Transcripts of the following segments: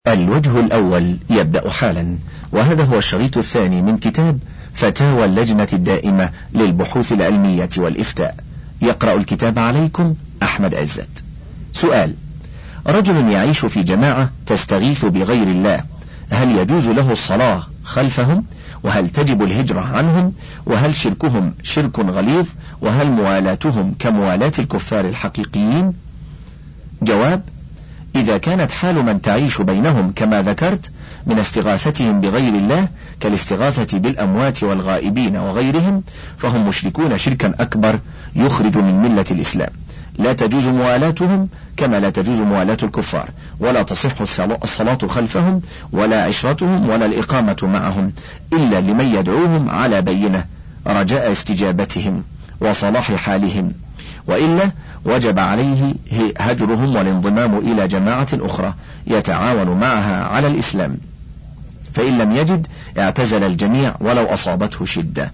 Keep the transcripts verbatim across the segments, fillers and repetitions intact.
الوجه الأول يبدأ حالا، وهذا هو الشريط الثاني من كتاب فتاوى اللجنة الدائمة للبحوث العلمية والإفتاء. يقرأ الكتاب عليكم أحمد عزت. سؤال: رجل يعيش في جماعة تستغيث بغير الله، هل يجوز له الصلاة خلفهم؟ وهل تجب الهجرة عنهم؟ وهل شركهم شرك غليظ؟ وهل موالاتهم كموالاة الكفار الحقيقيين؟ جواب: إذا كانت حال من تعيش بينهم كما ذكرت من استغاثتهم بغير الله كالاستغاثة بالأموات والغائبين وغيرهم، فهم مشركون شركا أكبر يخرج من ملة الإسلام. لا تجوز موالاتهم كما لا تجوز موالاة الكفار، ولا تصح الصلاة خلفهم، ولا عشرتهم، ولا الإقامة معهم إلا لمن يدعوهم على بينة رجاء استجابتهم وصلاح حالهم، وإلا وجب عليه هجرهم والانضمام إلى جماعة أخرى يتعاون معها على الإسلام، فإن لم يجد اعتزل الجميع ولو أصابته شدة.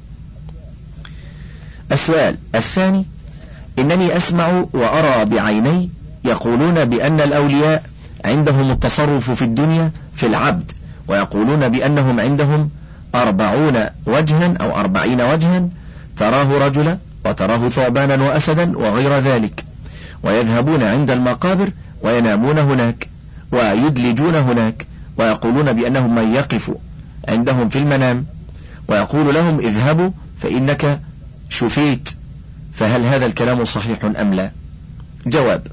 السؤال الثاني: إنني أسمع وأرى بعيني يقولون بأن الأولياء عندهم التصرف في الدنيا في العبد، ويقولون بأنهم عندهم أربعون وجها أو أربعين وجها، تراه رجلا وتراه ثعبانا وأسدا وغير ذلك، ويذهبون عند المقابر وينامون هناك ويدلجون هناك، ويقولون بأنهم من يقف عندهم في المنام ويقول لهم اذهبوا فإنك شفيت، فهل هذا الكلام صحيح أم لا؟ جواب: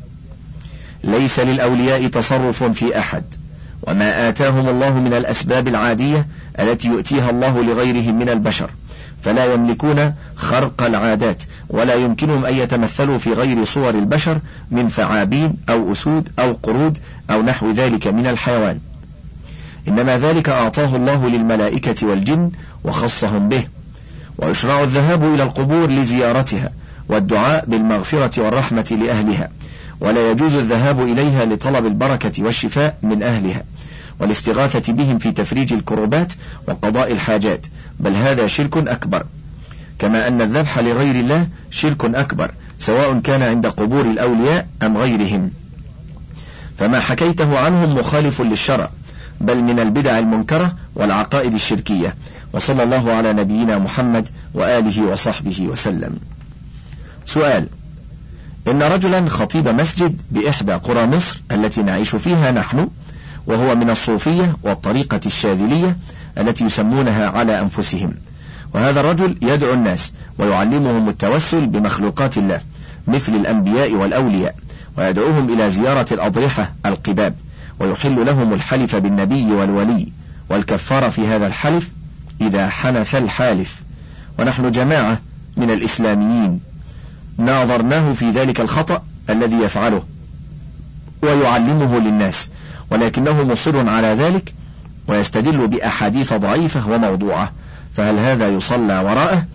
ليس للأولياء تصرف في أحد، وما آتاهم الله من الأسباب العادية التي يؤتيها الله لغيرهم من البشر، فلا يملكون خرق العادات، ولا يمكنهم أن يتمثلوا في غير صور البشر من ثعابين أو أسود أو قرود أو نحو ذلك من الحيوان، إنما ذلك أعطاه الله للملائكة والجن وخصهم به. ويشرع الذهاب إلى القبور لزيارتها والدعاء بالمغفرة والرحمة لأهلها، ولا يجوز الذهاب إليها لطلب البركة والشفاء من أهلها والاستغاثة بهم في تفريج الكروبات وقضاء الحاجات، بل هذا شرك أكبر، كما أن الذبح لغير الله شرك أكبر سواء كان عند قبور الأولياء أم غيرهم. فما حكيته عنهم مخالف للشرع، بل من البدع المنكرة والعقائد الشركية. وصلى الله على نبينا محمد وآله وصحبه وسلم. سؤال: إن رجلا خطيب مسجد بإحدى قرى مصر التي نعيش فيها نحن، وهو من الصوفية والطريقة الشاذلية التي يسمونها على أنفسهم، وهذا الرجل يدعو الناس ويعلمهم التوسل بمخلوقات الله مثل الأنبياء والأولياء، ويدعوهم إلى زيارة الأضرحة القباب، ويحل لهم الحلف بالنبي والولي والكفار في هذا الحلف إذا حنث الحالف، ونحن جماعة من الإسلاميين ناظرناه في ذلك الخطأ الذي يفعله ويعلمه للناس، ولكنه مصر على ذلك ويستدل بأحاديث ضعيفة وموضوعة، فهل هذا يصلى وراءه؟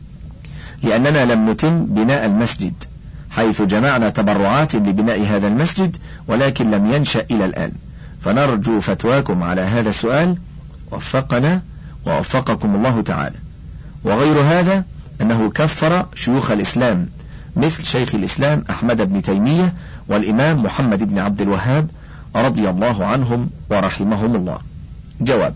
لأننا لم نتم بناء المسجد، حيث جمعنا تبرعات لبناء هذا المسجد ولكن لم ينشأ إلى الآن، فنرجو فتواكم على هذا السؤال، وفقنا ووفقكم الله تعالى. وغير هذا أنه كفر شيوخ الإسلام مثل شيخ الإسلام أحمد بن تيمية والإمام محمد بن عبد الوهاب رضي الله عنهم ورحمهم الله. جواب: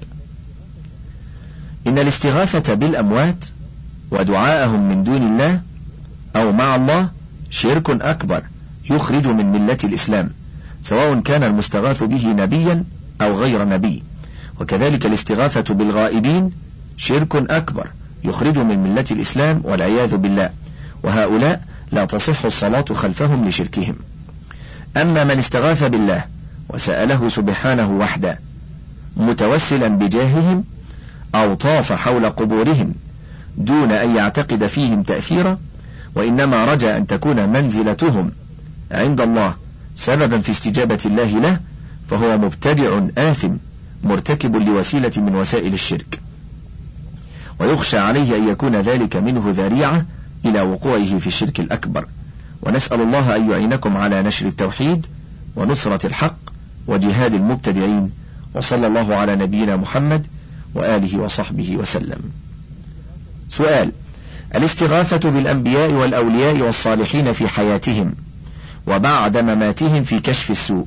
إن الاستغاثة بالأموات ودعاءهم من دون الله أو مع الله شرك أكبر يخرج من ملة الإسلام، سواء كان المستغاث به نبيا أو غير نبي، وكذلك الاستغاثة بالغائبين شرك أكبر يخرج من ملة الإسلام والعياذ بالله، وهؤلاء لا تصح الصلاة خلفهم لشركهم. أما من استغاث بالله وسأله سبحانه وحده متوسلا بجاههم أو طاف حول قبورهم دون أن يعتقد فيهم تأثيرا، وإنما رجى أن تكون منزلتهم عند الله سببا في استجابة الله له، فهو مبتدع آثم مرتكب لوسيلة من وسائل الشرك، ويخشى عليه أن يكون ذلك منه ذريعة إلى وقوعه في الشرك الأكبر. ونسأل الله أن يعينكم على نشر التوحيد ونصرة الحق وجهاد المبتدعين، وصلى الله على نبينا محمد وآله وصحبه وسلم. سؤال: الاستغاثة بالأنبياء والأولياء والصالحين في حياتهم وبعد مماتهم في كشف السوء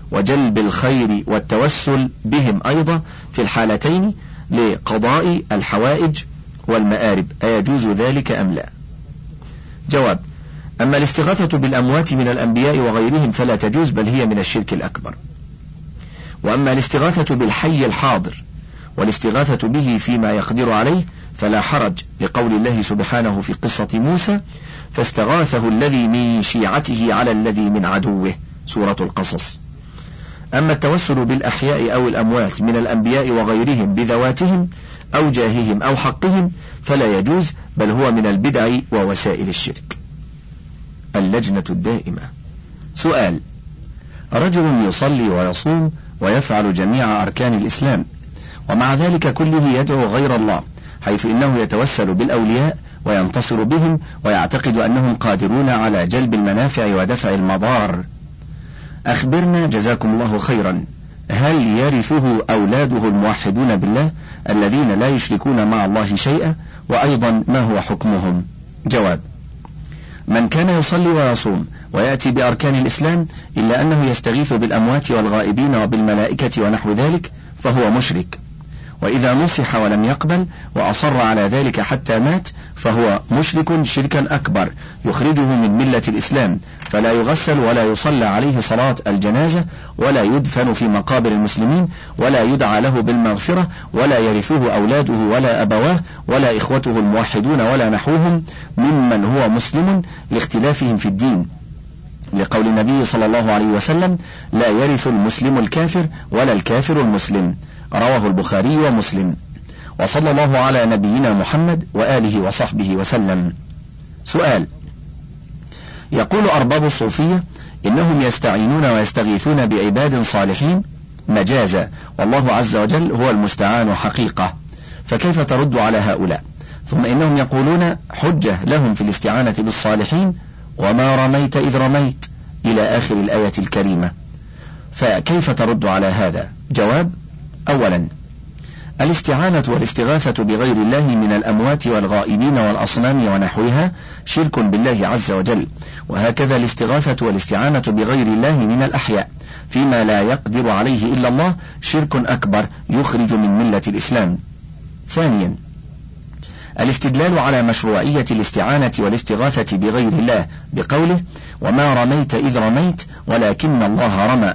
وجلب الخير والتوسل بهم أيضا في الحالتين لقضاء الحوائج والمآرب، أيجوز ذلك أم لا؟ جواب: أما الاستغاثة بالأموات من الأنبياء وغيرهم فلا تجوز، بل هي من الشرك الأكبر. وأما الاستغاثة بالحي الحاضر والاستغاثة به فيما يقدر عليه فلا حرج، لقول الله سبحانه في قصة موسى: فاستغاثه الذي من شيعته على الذي من عدوه، سورة القصص. أما التوسل بالأحياء أو الأموات من الأنبياء وغيرهم بذواتهم أو جاههم أو حقهم فلا يجوز، بل هو من البدع ووسائل الشرك. اللجنة الدائمة. سؤال: رجل يصلي ويصوم ويفعل جميع أركان الإسلام، ومع ذلك كله يدعو غير الله، حيث إنه يتوسل بالأولياء وينتصر بهم ويعتقد أنهم قادرون على جلب المنافع ودفع المضار. أخبرنا جزاكم الله خيرا، هل يرثه أولاده الموحدون بالله الذين لا يشركون مع الله شيئا؟ وأيضا ما هو حكمهم؟ جواب: من كان يصلي ويصوم ويأتي بأركان الإسلام إلا أنه يستغيث بالأموات والغائبين وبالملائكة ونحو ذلك فهو مشرك، وإذا نصح ولم يقبل وأصر على ذلك حتى مات فهو مشرك شركا أكبر يخرجه من ملة الإسلام، فلا يغسل ولا يصلى عليه صلاة الجنازة ولا يدفن في مقابر المسلمين ولا يدعى له بالمغفرة ولا يرثه أولاده ولا أبواه ولا إخوته الموحدون ولا نحوهم ممن هو مسلم لاختلافهم في الدين، لقول النبي صلى الله عليه وسلم: لا يرث المسلم الكافر ولا الكافر المسلم، رواه البخاري ومسلم. وصلى الله على نبينا محمد وآله وصحبه وسلم. سؤال: يقول أرباب الصوفية إنهم يستعينون ويستغيثون بعباد صالحين مجازا، والله عز وجل هو المستعان حقيقة، فكيف ترد على هؤلاء؟ ثم إنهم يقولون حجة لهم في الاستعانة بالصالحين: وما رميت إذ رميت، إلى آخر الآية الكريمة، فكيف ترد على هذا؟ جواب: أولا، الاستعانة والاستغاثة بغير الله من الأموات والغائبين والأصنام ونحوها شرك بالله عز وجل، وهكذا الاستغاثة والاستعانة بغير الله من الأحياء فيما لا يقدر عليه إلا الله شرك أكبر يخرج من ملة الإسلام. ثانيا، الاستدلال على مشروعية الاستعانة والاستغاثة بغير الله بقوله: وما رميت إذ رميت ولكن الله رمى،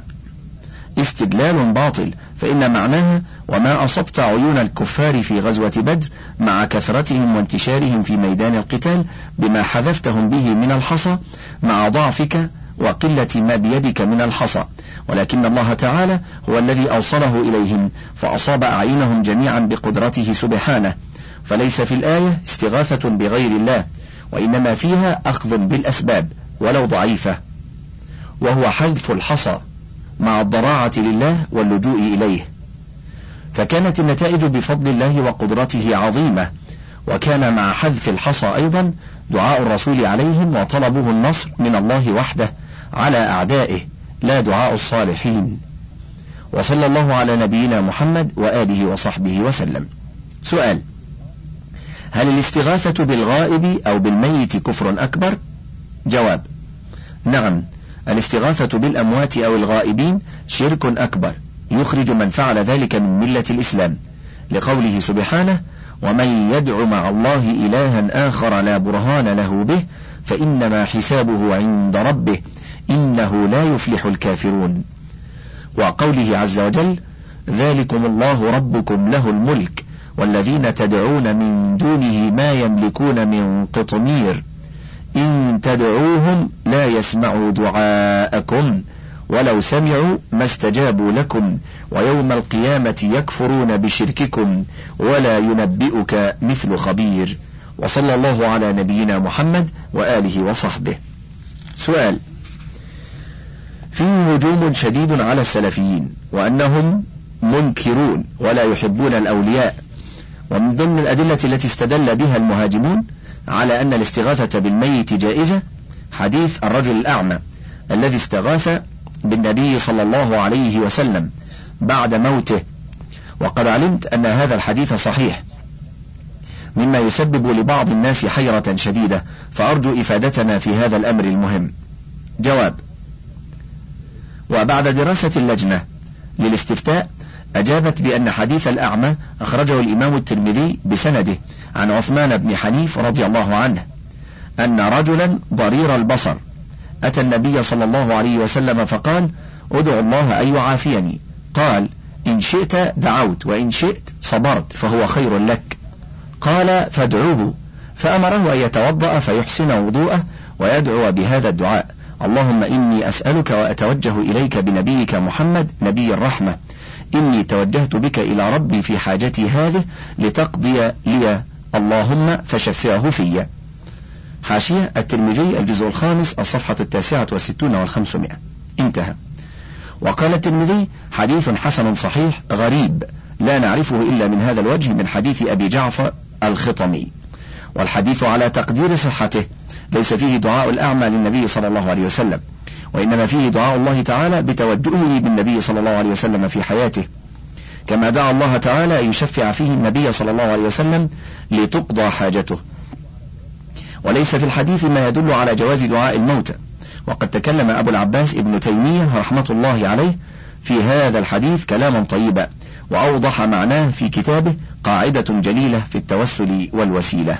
استدلال باطل، فإن معناها: وما أصبت عيون الكفار في غزوة بدر مع كثرتهم وانتشارهم في ميدان القتال بما حذفتهم به من الحصى مع ضعفك وقلة ما بيدك من الحصى، ولكن الله تعالى هو الذي أوصله إليهم فأصاب أعينهم جميعا بقدرته سبحانه، فليس في الآية استغاثة بغير الله، وإنما فيها أخذ بالأسباب ولو ضعيفة، وهو حذف الحصى مع الضراعة لله واللجوء إليه، فكانت النتائج بفضل الله وقدرته عظيمة. وكان مع حذف الحصى أيضا دعاء الرسول عليهم وطلبه النصر من الله وحده على أعدائه، لا دعاء الصالحين. وصلى الله على نبينا محمد وآله وصحبه وسلم. سؤال: هل الاستغاثة بالغائب أو بالميت كفر أكبر؟ جواب: نعم، الاستغاثة بالأموات أو الغائبين شرك أكبر يخرج من فعل ذلك من ملة الإسلام، لقوله سبحانه: ومن يدع مع الله إلها آخر لا برهان له به فإنما حسابه عند ربه إنه لا يفلح الكافرون. وقوله عز وجل: ذلكم الله ربكم له الملك والذين تدعون من دونه ما يملكون من قطمير إن تدعوهم لا يسمعوا دعاءكم ولو سمعوا ما استجابوا لكم ويوم القيامة يكفرون بشرككم ولا ينبئك مثل خبير. وصلى الله على نبينا محمد وآله وصحبه. سؤال: فيه هجوم شديد على السلفيين وأنهم منكرون ولا يحبون الأولياء، ومن ضمن الأدلة التي استدل بها المهاجمون على أن الاستغاثة بالميت جائزة حديث الرجل الأعمى الذي استغاث بالنبي صلى الله عليه وسلم بعد موته، وقد علمت أن هذا الحديث صحيح، مما يسبب لبعض الناس حيرة شديدة، فأرجو إفادتنا في هذا الأمر المهم. جواب: وبعد دراسة اللجنة للاستفتاء أجابت بأن حديث الأعمى أخرجه الإمام الترمذي بسنده عن عثمان بن حنيف رضي الله عنه أن رجلا ضرير البصر أتى النبي صلى الله عليه وسلم فقال: ادعو الله أن يعافيني. قال: إن شئت دعوت وإن شئت صبرت فهو خير لك. قال: فادعوه. فأمره أن يتوضأ فيحسن وضوءه ويدعو بهذا الدعاء: اللهم إني أسألك وأتوجه إليك بنبيك محمد نبي الرحمة، إني توجهت بك إلى ربي في حاجتي هذه لتقضي لي، اللهم فشفعه في. حاشية الترمذي الجزء الخامس الصفحة التاسعة والستون والخمسمائة. انتهى. وقال الترمذي: حديث حسن صحيح غريب لا نعرفه إلا من هذا الوجه من حديث أبي جعفر الخطمي. والحديث على تقدير صحته ليس فيه دعاء الأعمى للنبي صلى الله عليه وسلم، وإنما فيه دعاء الله تعالى بتوجهه بالنبي صلى الله عليه وسلم في حياته، كما دعا الله تعالى أن يشفع فيه النبي صلى الله عليه وسلم لتقضى حاجته. وليس في الحديث ما يدل على جواز دعاء الموتى. وقد تكلم أبو العباس ابن تيمية رحمة الله عليه في هذا الحديث كلاما طيبا، وأوضح معناه في كتابه قاعدة جليلة في التوسل والوسيلة،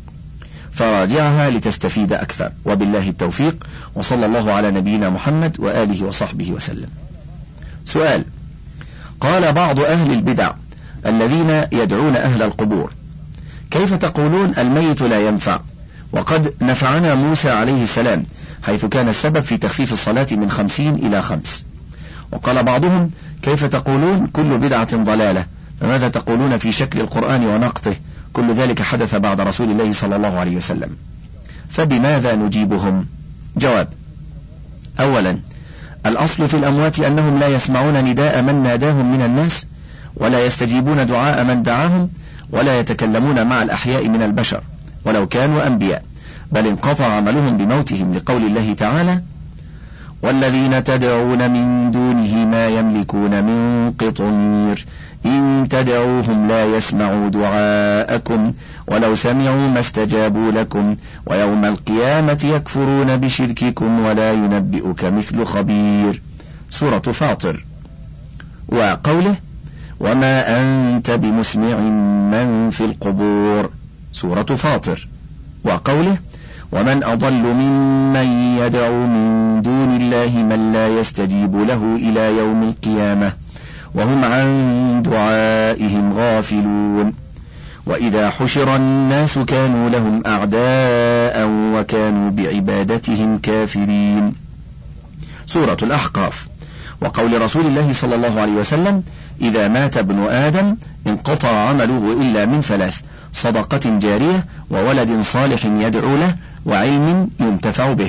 فراجعها لتستفيد أكثر. وبالله التوفيق، وصلى الله على نبينا محمد وآله وصحبه وسلم. سؤال: قال بعض أهل البدع الذين يدعون أهل القبور: كيف تقولون الميت لا ينفع وقد نفعنا موسى عليه السلام حيث كان السبب في تخفيف الصلاة من خمسين إلى خمس؟ وقال بعضهم: كيف تقولون كل بدعة ضلالة، فماذا تقولون في شكل القرآن ونقطه؟ كل ذلك حدث بعد رسول الله صلى الله عليه وسلم. فبماذا نجيبهم؟ جواب: أولا، الأصل في الأموات أنهم لا يسمعون نداء من ناداهم من الناس، ولا يستجيبون دعاء من دعاهم، ولا يتكلمون مع الأحياء من البشر ولو كانوا أنبياء، بل انقطع عملهم بموتهم، لقول الله تعالى: والذين تدعون من دونه ما يملكون من قطمير إن تدعوهم لا يسمعوا دعاءكم ولو سمعوا ما استجابوا لكم ويوم القيامة يكفرون بشرككم ولا ينبئك مثل خبير. سورة فاطر. وقوله: وما أنت بمسمع من في القبور. سورة فاطر. وقوله: ومن أضل ممن يدعو من دون الله من لا يستجيب له إلى يوم القيامة وهم عن دعائهم غافلون. وإذا حشر الناس كانوا لهم أعداء وكانوا بعبادتهم كافرين. سورة الأحقاف. وقول رسول الله صلى الله عليه وسلم: إذا مات ابن آدم انقطع عمله إلا من ثلاث: صدقة جارية وولد صالح يدعو له وعلم ينتفع به.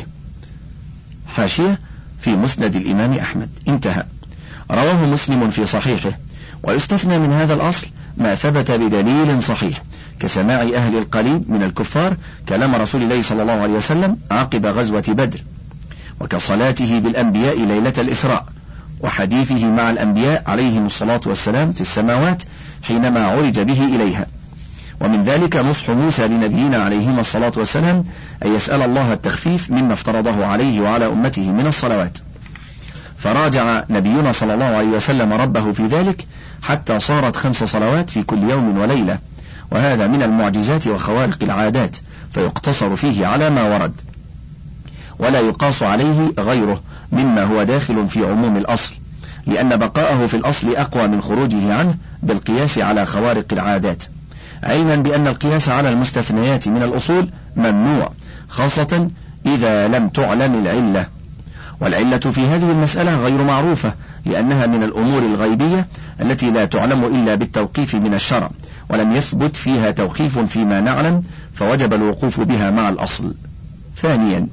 حاشية في مسند الإمام أحمد. انتهى. رواه مسلم في صحيحه. ويستثنى من هذا الأصل ما ثبت بدليل صحيح كسماع أهل القليب من الكفار كلام رسول الله صلى الله عليه وسلم عقب غزوة بدر، وكصلاته بالأنبياء ليلة الإسراء، وحديثه مع الأنبياء عليهم الصلاة والسلام في السماوات حينما عرج به إليها. ومن ذلك نصح موسى لنبينا عليهما الصلاة والسلام أن يسأل الله التخفيف مما افترضه عليه وعلى أمته من الصلوات، فراجع نبينا صلى الله عليه وسلم ربه في ذلك حتى صارت خمس صلوات في كل يوم وليلة، وهذا من المعجزات وخوارق العادات، فيقتصر فيه على ما ورد ولا يقاس عليه غيره مما هو داخل في عموم الأصل، لأن بقاءه في الأصل أقوى من خروجه عنه بالقياس على خوارق العادات، علما بأن القياس على المستثنيات من الأصول ممنوع، خاصة إذا لم تعلم العلة. والعلة في هذه المسألة غير معروفة، لأنها من الأمور الغيبية التي لا تعلم إلا بالتوقيف من الشرع، ولم يثبت فيها توقيف فيما نعلم، فوجب الوقوف بها مع الأصل. ثانيا،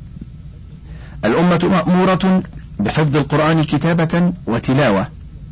الأمة مأمورة بحفظ القرآن كتابة وتلاوة،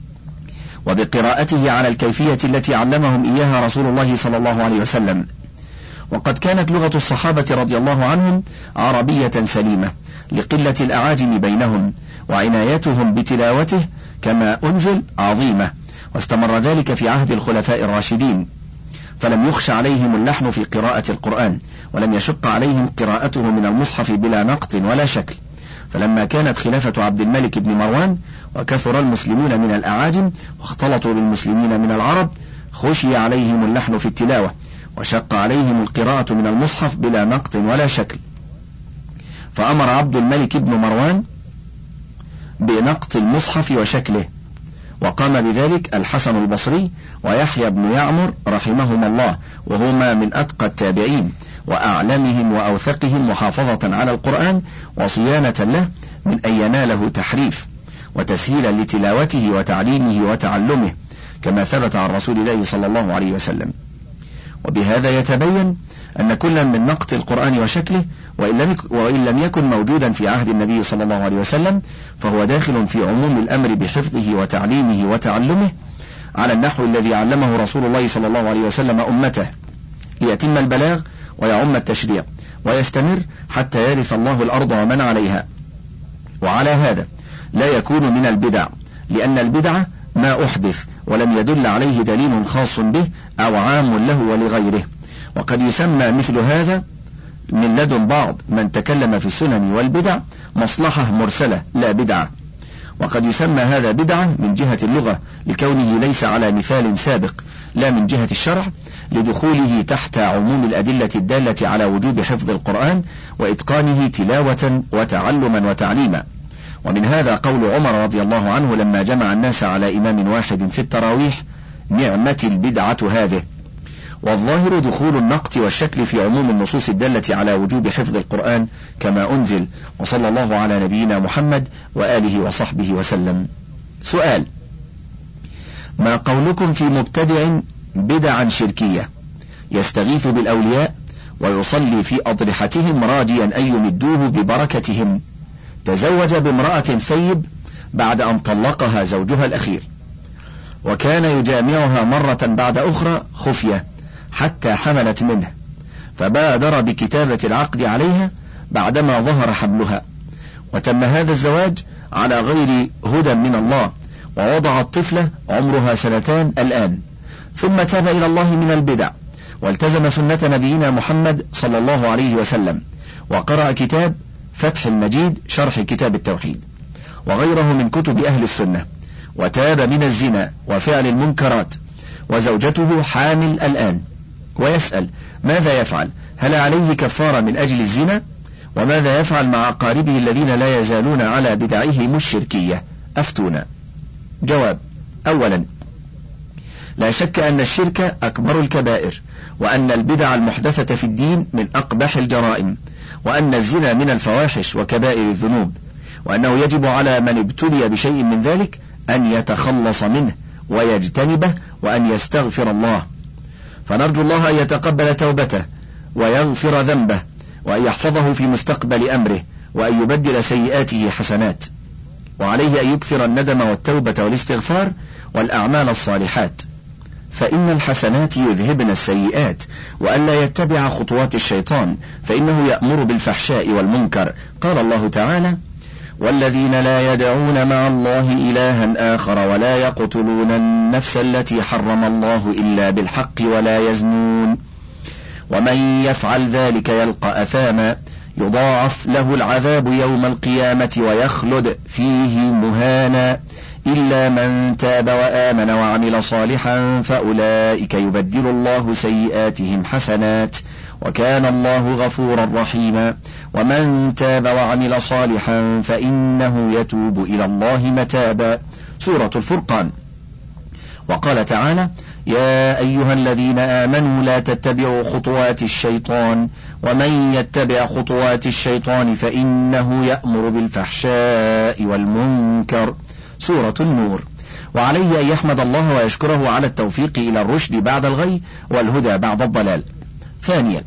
وبقراءته على الكيفية التي علمهم إياها رسول الله صلى الله عليه وسلم. وقد كانت لغة الصحابة رضي الله عنهم عربية سليمة لقلة الأعاجم بينهم، وعنايتهم بتلاوته كما أنزل عظيمة، واستمر ذلك في عهد الخلفاء الراشدين، فلم يخش عليهم اللحن في قراءة القرآن، ولم يشق عليهم قراءته من المصحف بلا نقط ولا شكل، فلما كانت خلافة عبد الملك بن مروان وكثر المسلمون من الأعاجم واختلطوا بالمسلمين من العرب خشي عليهم اللحن في التلاوة، وشق عليهم القراءة من المصحف بلا نقط ولا شكل، فأمر عبد الملك بن مروان بنقط المصحف وشكله، وقام بذلك الحسن البصري ويحيى بن يعمر رحمهما الله، وهما من أتقى التابعين وأعلمهم وأوثقهم محافظة على القرآن وصيانة له من أن يناله تحريف، وتسهيلا لتلاوته وتعليمه وتعلمه، كما ثبت عن رسول الله صلى الله عليه وسلم. وبهذا يتبين أن كلا من نقط القرآن وشكله وإن لم يكن موجودا في عهد النبي صلى الله عليه وسلم فهو داخل في عموم الأمر بحفظه وتعليمه وتعلمه على النحو الذي علمه رسول الله صلى الله عليه وسلم أمته، ليتم البلاغ ويعم التشريع ويستمر حتى يرث الله الأرض ومن عليها. وعلى هذا لا يكون من البدع، لأن البدعة ما أحدث ولم يدل عليه دليل خاص به أو عام له ولغيره، وقد يسمى مثل هذا من لدن بعض من تكلم في السنن والبدع مصلحة مرسلة لا بدعة، وقد يسمى هذا بدعة من جهة اللغة لكونه ليس على مثال سابق، لا من جهة الشرع لدخوله تحت عموم الأدلة الدالة على وجوب حفظ القرآن وإتقانه تلاوة وتعلما وتعليما. ومن هذا قول عمر رضي الله عنه لما جمع الناس على إمام واحد في التراويح: نعمة البدعة هذه. والظاهر دخول النقط والشكل في عموم النصوص الدالة على وجوب حفظ القرآن كما أنزل، وصلى الله على نبينا محمد وآله وصحبه وسلم. سؤال: ما قولكم في مبتدع بدعا شركية يستغيث بالأولياء ويصلي في أضرحتهم راجيا أن يمدوه ببركتهم، تزوج بامرأة ثيب بعد أن طلقها زوجها الأخير، وكان يجامعها مرة بعد أخرى خفية حتى حملت منه، فبادر بكتابة العقد عليها بعدما ظهر حملها، وتم هذا الزواج على غير هدى من الله، ووضع الطفلة عمرها سنتان الآن، ثم تاب إلى الله من البدع والتزم سنة نبينا محمد صلى الله عليه وسلم، وقرأ كتاب فتح المجيد شرح كتاب التوحيد وغيره من كتب أهل السنة، وتاب من الزنا وفعل المنكرات، وزوجته حامل الآن، ويسأل: ماذا يفعل؟ هل عليه كفارة من أجل الزنا؟ وماذا يفعل مع أقاربه الذين لا يزالون على بدعهم الشركية؟ أفتونا. جواب: أولا، لا شك أن الشرك أكبر الكبائر، وأن البدع المحدثة في الدين من أقبح الجرائم، وأن الزنا من الفواحش وكبائر الذنوب، وأنه يجب على من ابتلي بشيء من ذلك أن يتخلص منه ويجتنبه وأن يستغفر الله، فنرجو الله أن يتقبل توبته ويغفر ذنبه وأن يحفظه في مستقبل أمره وأن يبدل سيئاته حسنات، وعليه أن يكثر الندم والتوبة والاستغفار والأعمال الصالحات، فإن الحسنات يذهبن السيئات، وأن لا يتبع خطوات الشيطان فإنه يأمر بالفحشاء والمنكر. قال الله تعالى: والذين لا يدعون مع الله إلها آخر ولا يقتلون النفس التي حرم الله إلا بالحق ولا يزنون ومن يفعل ذلك يلقى أثاما يضاعف له العذاب يوم القيامة ويخلد فيه مهانا إلا من تاب وآمن وعمل صالحا فأولئك يبدل الله سيئاتهم حسنات وكان الله غفورا رحيما ومن تاب وعمل صالحا فإنه يتوب إلى الله متابا. سورة الفرقان. وقال تعالى: يا أيها الذين آمنوا لا تتبعوا خطوات الشيطان ومن يتبع خطوات الشيطان فإنه يأمر بالفحشاء والمنكر. سورة النور. وعليه أن يحمد الله ويشكره على التوفيق إلى الرشد بعد الغي والهدى بعد الضلال. ثانيا،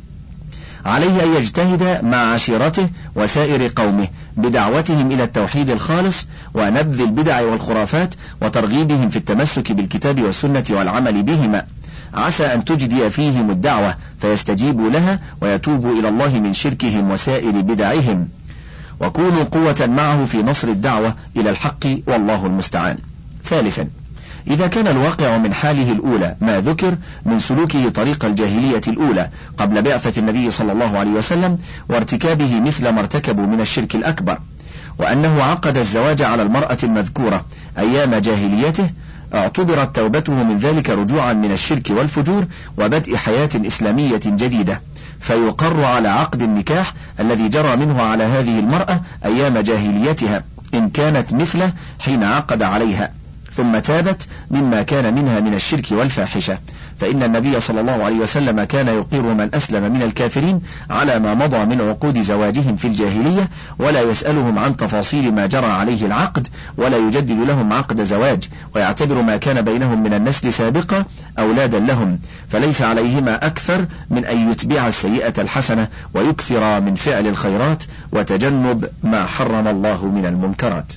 عليه أن يجتهد مع عشيرته وسائر قومه بدعوتهم إلى التوحيد الخالص ونبذ البدع والخرافات وترغيبهم في التمسك بالكتاب والسنة والعمل بهما، عسى أن تجدي فيهم الدعوة فيستجيبوا لها ويتوبوا إلى الله من شركهم وسائر بدعهم، وكونوا قوة معه في نصر الدعوة إلى الحق والله المستعان. ثالثا، إذا كان الواقع من حاله الأولى ما ذكر من سلوكه طريق الجاهلية الأولى قبل بعثة النبي صلى الله عليه وسلم وارتكابه مثل ما ارتكبوا من الشرك الأكبر، وأنه عقد الزواج على المرأة المذكورة أيام جاهليته، اعتبرت توبته من ذلك رجوعا من الشرك والفجور وبدء حياة إسلامية جديدة، فيقر على عقد النكاح الذي جرى منه على هذه المرأة أيام جاهليتها إن كانت مثله حين عقد عليها ثم تابت مما كان منها من الشرك والفاحشة، فإن النبي صلى الله عليه وسلم كان يقر من أسلم من الكافرين على ما مضى من عقود زواجهم في الجاهلية، ولا يسألهم عن تفاصيل ما جرى عليه العقد، ولا يجدد لهم عقد زواج، ويعتبر ما كان بينهم من النسل سابقة أولادا لهم، فليس عليهما أكثر من أن يتبع السيئة الحسنة ويكثر من فعل الخيرات وتجنب ما حرم الله من المنكرات.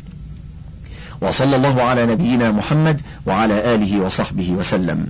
وصلى الله على نبينا محمد وعلى آله وصحبه وسلم.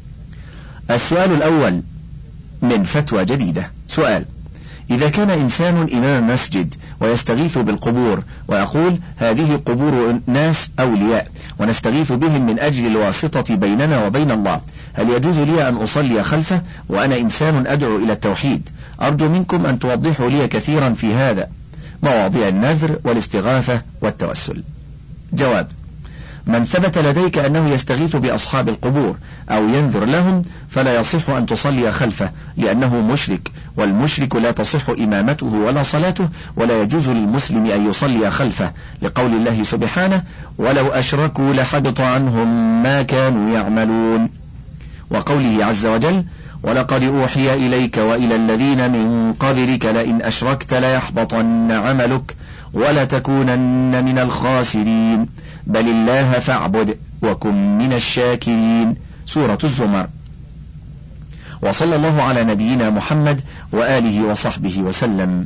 السؤال الأول من فتوى جديدة. سؤال: إذا كان إنسان إمام مسجد ويستغيث بالقبور ويقول هذه قبور ناس أولياء ونستغيث بهم من أجل الواسطة بيننا وبين الله، هل يجوز لي أن أصلي خلفه وأنا إنسان أدعو إلى التوحيد؟ أرجو منكم أن توضحوا لي كثيرا في هذا، مواضيع النذر والاستغاثة والتوسل. جواب: من ثبت لديك أنه يستغيث بأصحاب القبور أو ينذر لهم فلا يصح أن تصلي خلفه، لأنه مشرك، والمشرك لا تصح إمامته ولا صلاته، ولا يجوز للمسلم أن يصلي خلفه، لقول الله سبحانه: ولو أشركوا لحبط عنهم ما كانوا يعملون، وقوله عز وجل: ولقد أوحي إليك وإلى الذين من قبلك لئن أشركت ليحبطن عملك ولتكونن من الخاسرين بل الله فاعبد وكن من الشاكرين. سورة الزمر. وصلى الله على نبينا محمد وآله وصحبه وسلم.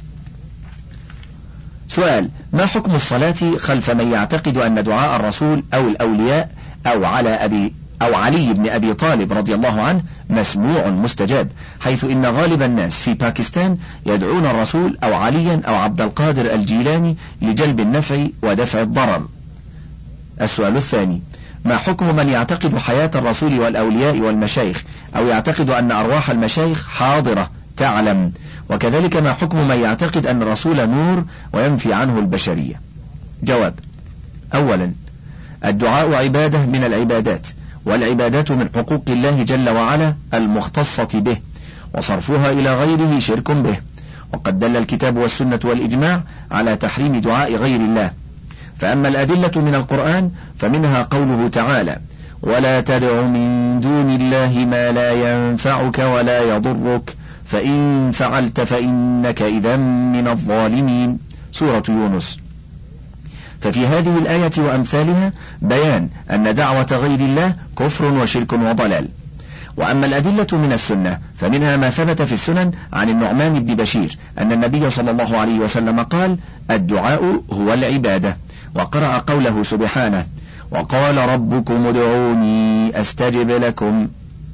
سؤال: ما حكم الصلاة خلف من يعتقد أن دعاء الرسول أو الأولياء أو على أبي أو علي بن أبي طالب رضي الله عنه مسموع مستجاب، حيث إن غالب الناس في باكستان يدعون الرسول أو عليا أو عبد القادر الجيلاني لجلب النفع ودفع الضرر؟ السؤال الثاني: ما حكم من يعتقد حياة الرسول والأولياء والمشايخ أو يعتقد أن أرواح المشايخ حاضرة تعلم؟ وكذلك ما حكم من يعتقد أن الرسول نور وينفي عنه البشرية؟ جواب: أولا، الدعاء عبادة من العبادات، والعبادات من حقوق الله جل وعلا المختصة به، وصرفها إلى غيره شرك به، وقد دل الكتاب والسنة والإجماع على تحريم دعاء غير الله. فأما الأدلة من القرآن فمنها قوله تعالى: ولا تدع من دون الله ما لا ينفعك ولا يضرك فإن فعلت فإنك إذا من الظالمين. سورة يونس. ففي هذه الآية وأمثالها بيان أن دعوة غير الله كفر وشرك وضلال. وأما الأدلة من السنة فمنها ما ثبت في السنن عن النعمان بن بشير أن النبي صلى الله عليه وسلم قال: الدعاء هو العبادة، وقرأ قوله سبحانه: وقال ربكم ادعوني أستجب لكم.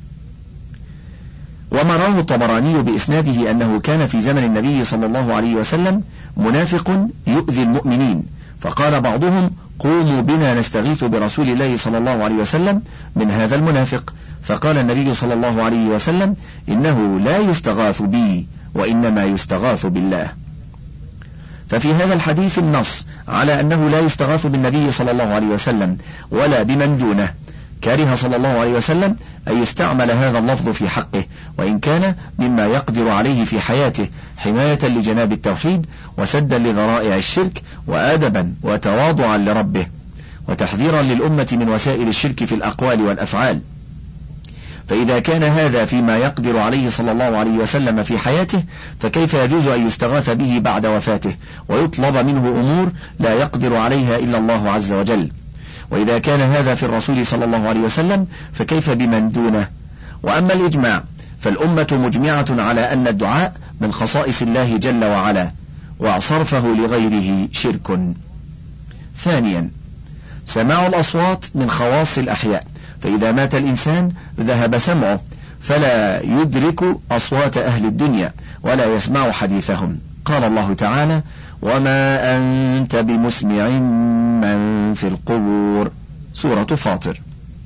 وما رواه الطبراني بإسناده أنه كان في زمن النبي صلى الله عليه وسلم منافق يؤذي المؤمنين، فقال بعضهم: قوموا بنا نستغيث برسول الله صلى الله عليه وسلم من هذا المنافق، فقال النبي صلى الله عليه وسلم: إنه لا يستغاث بي وإنما يستغاث بالله. ففي هذا الحديث النص على أنه لا يستغاث بالنبي صلى الله عليه وسلم ولا بمن دونه. كره صلى الله عليه وسلم أن يستعمل هذا اللفظ في حقه، وإن كان مما يقدر عليه في حياته حماية لجناب التوحيد وسدا لذرائع الشرك وأدبا وتواضعا لربه وتحذيرا للأمة من وسائل الشرك في الأقوال والأفعال. فإذا كان هذا فيما يقدر عليه صلى الله عليه وسلم في حياته، فكيف يجوز أن يستغاث به بعد وفاته ويطلب منه أمور لا يقدر عليها إلا الله عز وجل؟ وإذا كان هذا في الرسول صلى الله عليه وسلم فكيف بمن دونه؟ وأما الإجماع فالأمة مجمعة على أن الدعاء من خصائص الله جل وعلا، وصرفه لغيره شرك. ثانيا، سماع الأصوات من خواص الأحياء، فإذا مات الإنسان ذهب سمعه فلا يدرك أصوات أهل الدنيا ولا يسمع حديثهم. قال الله تعالى: وما أنت بمسمع من في القبور. سورة فاطر.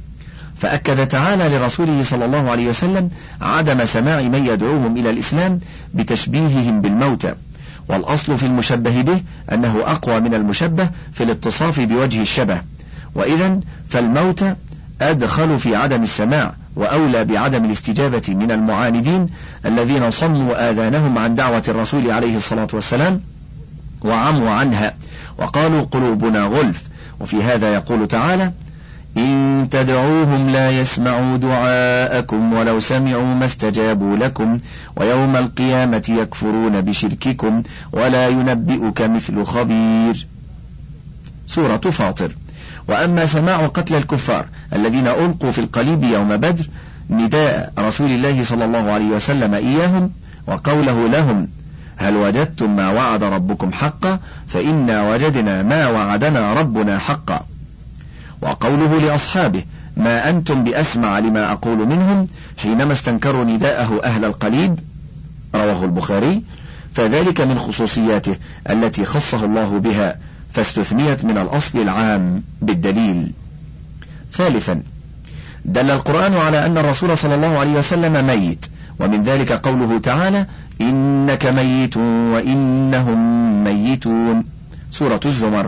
فأكد تعالى لرسوله صلى الله عليه وسلم عدم سماع من يدعوهم إلى الإسلام بتشبيههم بالموتى، والأصل في المشبه به أنه أقوى من المشبه في الاتصاف بوجه الشبه، وإذا فالموتى أدخل في عدم السماع وأولى بعدم الاستجابة من المعاندين الذين صموا آذانهم عن دعوة الرسول عليه الصلاة والسلام وعموا عنها وقالوا قلوبنا غلف. وفي هذا يقول تعالى: إن تدعوهم لا يسمعوا دعاءكم ولو سمعوا ما استجابوا لكم ويوم القيامة يكفرون بشرككم ولا ينبئك مثل خبير. سورة فاطر. وأما سماع قتل الكفار الذين ألقوا في القليب يوم بدر نداء رسول الله صلى الله عليه وسلم إياهم وقوله لهم: هل وجدتم ما وعد ربكم حقا فإنا وجدنا ما وعدنا ربنا حقا، وقوله لأصحابه: ما أنتم بأسمع لما أقول منهم حينما استنكروا نداءه أهل القليب، رواه البخاري، فذلك من خصوصياته التي خصه الله بها فاستثنيت من الأصل العام بالدليل. ثالثا، دل القرآن على أن الرسول صلى الله عليه وسلم ميت، ومن ذلك قوله تعالى: إنك ميت وإنهم ميتون، سورة الزمر،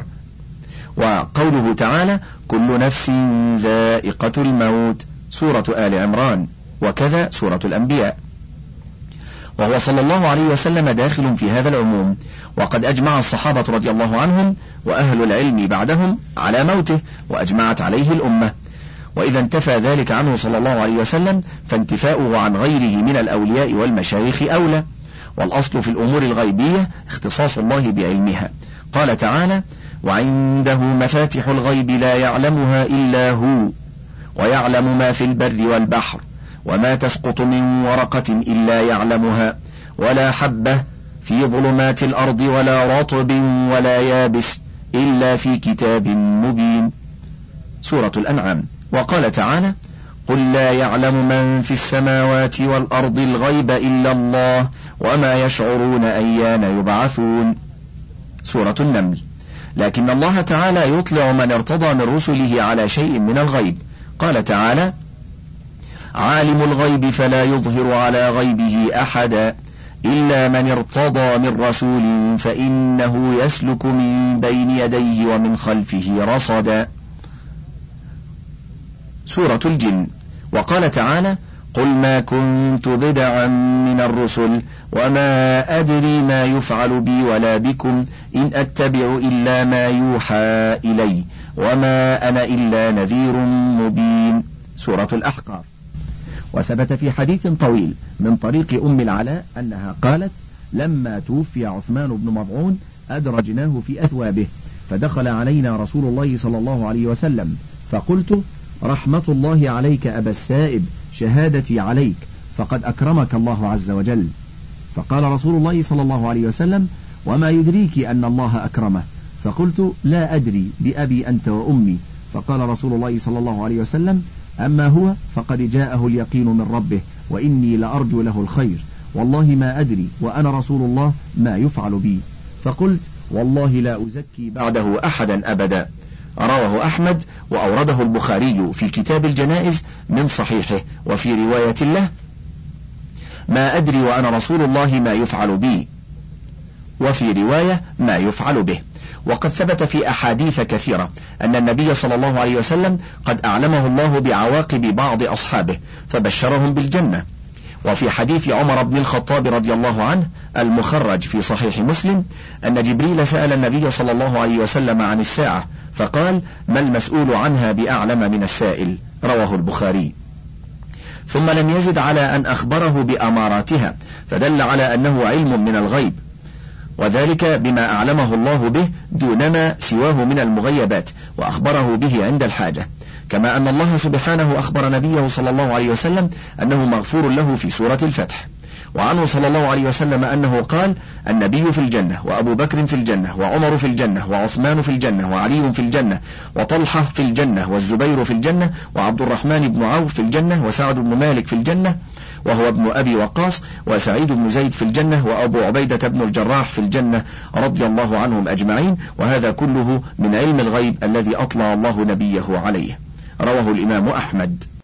وقوله تعالى: كل نفس ذائقة الموت، سورة آل عمران، وكذا سورة الأنبياء. وهو صلى الله عليه وسلم داخل في هذا العموم، وقد أجمع الصحابة رضي الله عنهم وأهل العلم بعدهم على موته، وأجمعت عليه الأمة. وإذا انتفى ذلك عنه صلى الله عليه وسلم فانتفاؤه عن غيره من الأولياء والمشايخ أولى. والأصل في الأمور الغيبية اختصاص الله بعلمها. قال تعالى: وعنده مفاتح الغيب لا يعلمها إلا هو ويعلم ما في البر والبحر وما تسقط من ورقة إلا يعلمها ولا حبة في ظلمات الأرض ولا رطب ولا يابس إلا في كتاب مبين، سورة الأنعام. وقال تعالى: قل لا يعلم من في السماوات والأرض الغيب إلا الله وما يشعرون أيان يبعثون، سورة النمل. لكن الله تعالى يطلع من ارتضى من رسله على شيء من الغيب. قال تعالى: عالم الغيب فلا يظهر على غيبه أحدا إلا من ارتضى من رسول فإنه يسلك من بين يديه ومن خلفه رصدا، سورة الجن. وقال تعالى: قل ما كنت بدعا من الرسل وما أدري ما يفعل بي ولا بكم إن أتبع إلا ما يوحى إلي وما أنا إلا نذير مبين، سورة الأحقاف. وثبت في حديث طويل من طريق أم العلاء أنها قالت: لما توفي عثمان بن مضعون أدرجناه في أثوابه فدخل علينا رسول الله صلى الله عليه وسلم فقلت: رحمة الله عليك أبا السائب، شهادتي عليك فقد أكرمك الله عز وجل. فقال رسول الله صلى الله عليه وسلم: وما يدريك أن الله أكرمه؟ فقلت: لا أدري، بأبي أنت وأمي. فقال رسول الله صلى الله عليه وسلم: أما هو فقد جاءه اليقين من ربه وإني لأرجو له الخير، والله ما أدري وأنا رسول الله ما يفعل بي. فقلت: والله لا أزكي بعده أحدا أبدا. رواه أحمد وأورده البخاري في كتاب الجنائز من صحيحه. وفي رواية له: ما أدري وأنا رسول الله ما يفعل بي، وفي رواية ما يفعل به. وقد ثبت في أحاديث كثيرة أن النبي صلى الله عليه وسلم قد أعلمه الله بعواقب بعض أصحابه فبشرهم بالجنة. وفي حديث عمر بن الخطاب رضي الله عنه المخرج في صحيح مسلم أن جبريل سأل النبي صلى الله عليه وسلم عن الساعة فقال: ما المسؤول عنها بأعلم من السائل، رواه البخاري. ثم لم يزد على أن أخبره بأماراتها، فدل على أنه علم من الغيب، وذلك بما أعلمه الله به دونما سواه من المغيبات، وأخبره به عند الحاجة، كما أن الله سبحانه أخبر نبيه صلى الله عليه وسلم أنه مغفور له في سورة الفتح. وعنه صلى الله عليه وسلم أنه قال: النبي في الجنة وأبو بكر في الجنة وعمر في الجنة وعثمان في الجنة وعلي في الجنة وطلحة في الجنة والزبير في الجنة وعبد الرحمن بن عوف في الجنة وسعد بن مالك في الجنة وهو ابن أبي وقاص وسعيد بن زيد في الجنة وأبو عبيدة بن الجراح في الجنة رضي الله عنهم أجمعين. وهذا كله من علم الغيب الذي أطلع الله نبيه عليه. رواه الإمام أحمد.